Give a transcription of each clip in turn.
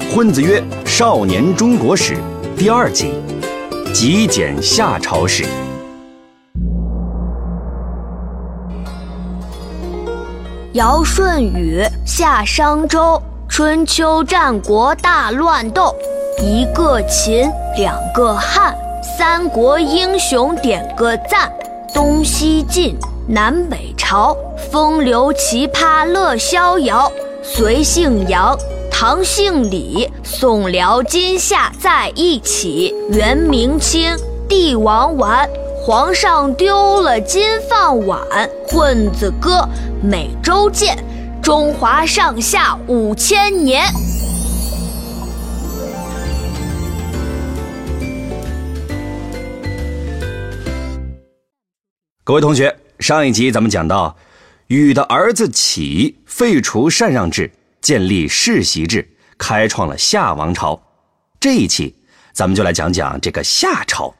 混子曰少年中国史第2集，极简夏朝史。 尧舜禹夏商周，春秋战国大乱斗，一个秦两个汉，三国英雄点个赞，东西晋南北朝，风流奇葩乐逍遥，隋姓杨唐姓李，宋辽金夏在一起，元明清帝王丸，皇上丢了金饭碗，混子哥每周见，中华上下5000年。 各位同学，上一集咱们讲到禹的儿子启废除禅让制，建立世袭制，开创了夏王朝。这一期咱们就来讲讲这个夏朝。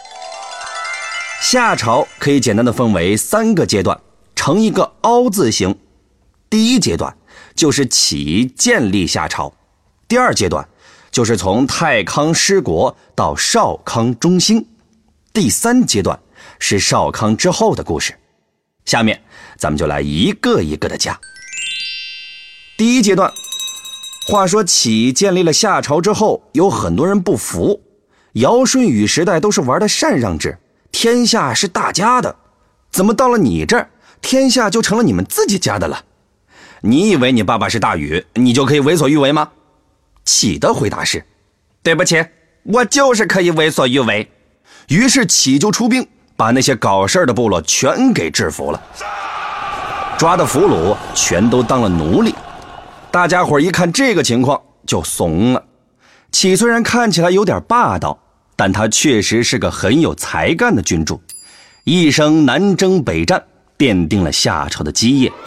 夏朝可以简单的分为3个阶段，呈一个凹字形。第一阶段就是启建立夏朝，第2阶段就是从太康失国到少康中兴，第3阶段是少康之后的故事。下面咱们就来一个一个的讲。第一阶段，话说启建立了夏朝之后，有很多人不服，尧舜禹时代都是玩的禅让制，天下是大家的，怎么到了你这儿，天下就成了你们自己家的了？你以为你爸爸是大禹，你就可以为所欲为吗？启的回答是，对不起，我就是可以为所欲为。于是启就出兵，把那些搞事儿的部落全给制服了，抓的俘虏全都当了奴隶。大家伙一看这个情况就怂了。启虽然看起来有点霸道，但他确实是个很有才干的君主，一生南征北战，奠定了夏朝的基业。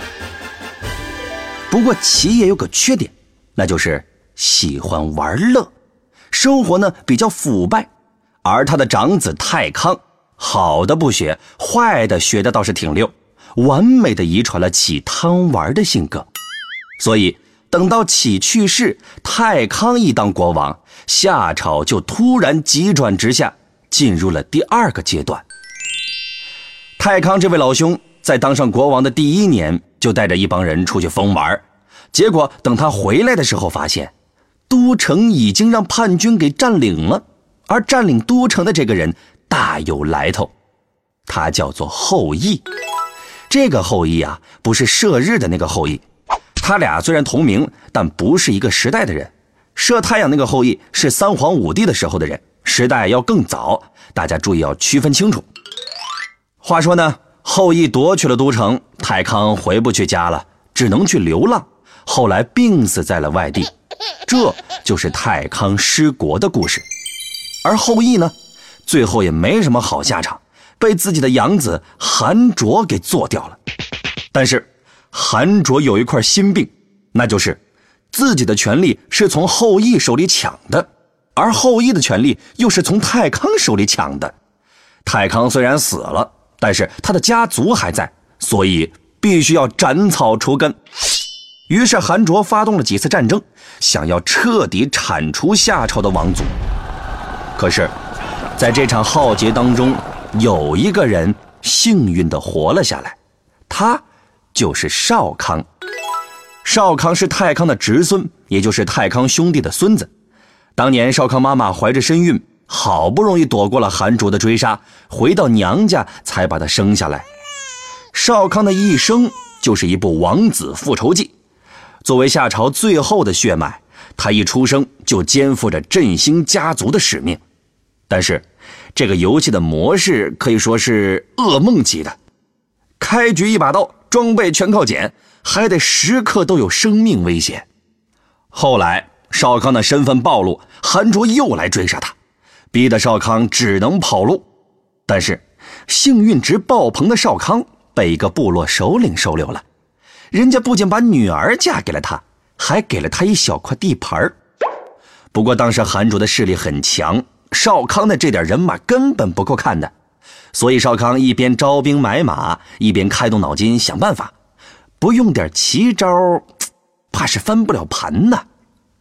不过启也有个缺点，那就是喜欢玩乐，生活呢比较腐败。而他的长子太康，好的不学，坏的学的倒是挺溜，完美的遗传了启贪玩的性格。所以等到启去世，太康一当国王，夏朝就突然急转直下，进入了第2个阶段。太康这位老兄在当上国王的第1年，就带着一帮人出去疯玩，结果等他回来的时候，发现都城已经让叛军给占领了，而占领都城的这个人大有来头，他叫做后羿。这个后羿啊，不是射日的那个后羿，他俩虽然同名，但不是一个时代的人。射太阳那个后羿是3皇5帝的时候的人，时代要更早，大家注意要区分清楚。话说呢，后羿夺取了都城，太康回不去家了，只能去流浪，后来病死在了外地。这就是太康失国的故事。而后羿呢，最后也没什么好下场，被自己的养子韩卓给做掉了。但是韩卓有一块心病，那就是自己的权力是从后羿手里抢的，而后羿的权力又是从太康手里抢的。太康虽然死了，但是他的家族还在，所以必须要斩草除根。于是韩卓发动了几次战争，想要彻底铲除夏朝的王族。可是在这场浩劫当中，有一个人幸运地活了下来，他就是少康。少康是太康的侄孙，也就是太康兄弟的孙子。当年少康妈妈怀着身孕，好不容易躲过了韩卓的追杀，回到娘家才把他生下来。少康的一生就是一部王子复仇记，作为夏朝最后的血脉，他一出生就肩负着振兴家族的使命。但是这个游戏的模式可以说是噩梦级的，开局一把刀，装备全靠捡，还得时刻都有生命危险。后来少康的身份暴露，韩卓又来追杀他，逼得少康只能跑路。但是幸运值爆棚的少康被一个部落首领收留了，人家不仅把女儿嫁给了他，还给了他一小块地盘。不过当时韩卓的势力很强，少康的这点人马根本不够看的，所以少康一边招兵买马，一边开动脑筋想办法，不用点奇招，怕是翻不了盘呐。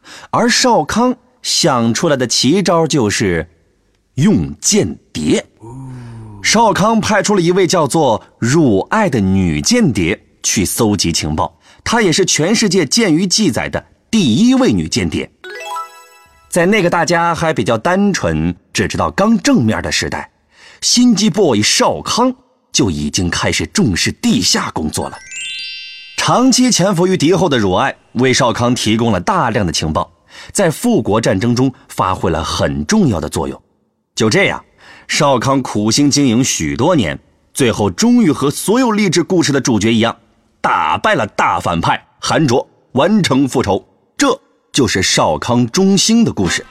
而少康想出来的奇招就是用间谍。少康派出了一位叫做汝爱的女间谍去搜集情报，她也是全世界鉴于记载的第一位女间谍。在那个大家还比较单纯，只知道刚正面的时代，心机 boy 少康就已经开始重视地下工作了。长期潜伏于敌后的汝爱为少康提供了大量的情报，在复国战争中发挥了很重要的作用。就这样，少康苦心经营许多年，最后终于和所有励志故事的主角一样，打败了大反派韩卓，完成复仇。这就是少康中兴的故事。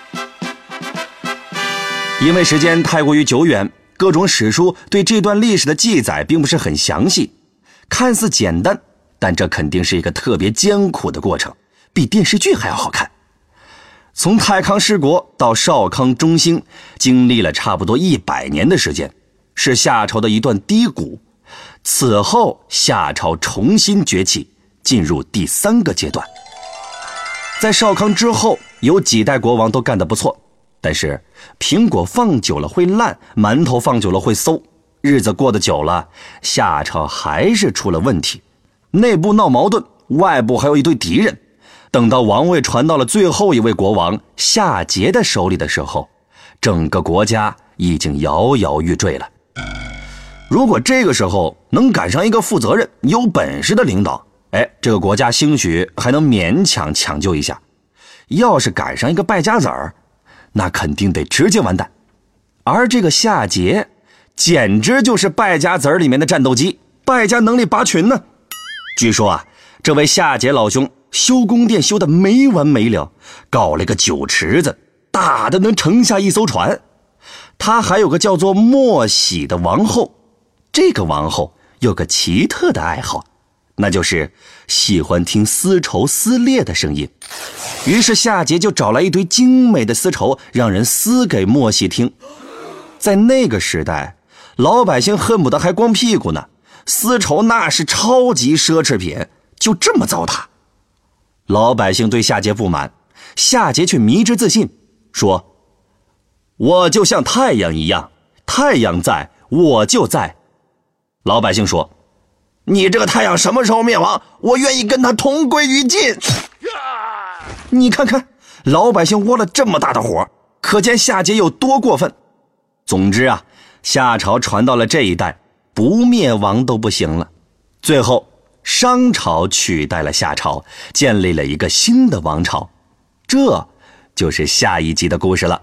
因为时间太过于久远，各种史书对这段历史的记载并不是很详细，看似简单，但这肯定是一个特别艰苦的过程，比电视剧还要好看。从太康失国到少康中兴，经历了差不多100年的时间，是夏朝的一段低谷。此后夏朝重新崛起，进入第3个阶段。在少康之后，有几代国王都干得不错，但是苹果放久了会烂，馒头放久了会馊，日子过得久了，夏朝还是出了问题，内部闹矛盾，外部还有一堆敌人。等到王位传到了最后一位国王夏桀的手里的时候，整个国家已经摇摇欲坠了。如果这个时候能赶上一个负责任有本事的领导，这个国家兴许还能勉强抢救一下。要是赶上一个败家子儿，那肯定得直接完蛋。而这个夏桀简直就是败家子儿里面的战斗机，败家能力拔群呢。据说啊，这位夏桀老兄修宫殿修得没完没了，搞了个酒池子，大的能盛下一艘船。他还有个叫做莫喜的王后，这个王后有个奇特的爱好，那就是喜欢听丝绸撕裂的声音。于是夏桀就找来一堆精美的丝绸，让人撕给莫喜听。在那个时代，老百姓恨不得还光屁股呢，丝绸那是超级奢侈品，就这么糟蹋。老百姓对夏桀不满，夏桀却迷之自信，说：我就像太阳一样，太阳在，我就在。老百姓说：你这个太阳什么时候灭亡？我愿意跟他同归于尽。你看看，老百姓窝了这么大的火，可见夏桀有多过分。总之啊，夏朝传到了这一代，不灭亡都不行了。最后商朝取代了夏朝，建立了一个新的王朝。这就是下一集的故事了。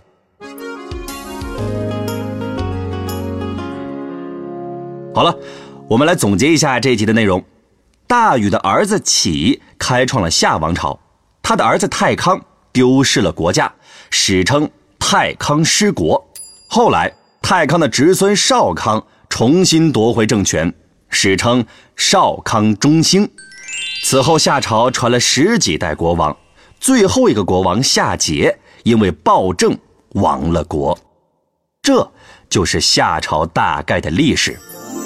好了，我们来总结一下这一集的内容。大禹的儿子启开创了夏王朝，他的儿子太康丢失了国家，史称太康失国。后来太康的侄孙少康重新夺回政权，史称少康中兴。此后夏朝传了10几代国王，最后一个国王夏桀因为暴政亡了国。这就是夏朝大概的历史。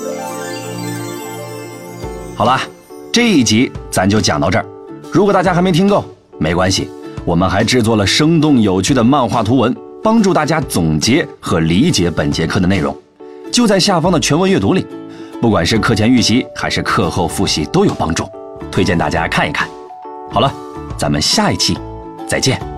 好了，这一集咱就讲到这儿。如果大家还没听够，没关系，我们还制作了生动有趣的漫画图文，帮助大家总结和理解本节课的内容，就在下方的全文阅读里，不管是课前预习还是课后复习都有帮助，推荐大家看一看。好了，咱们下一期再见。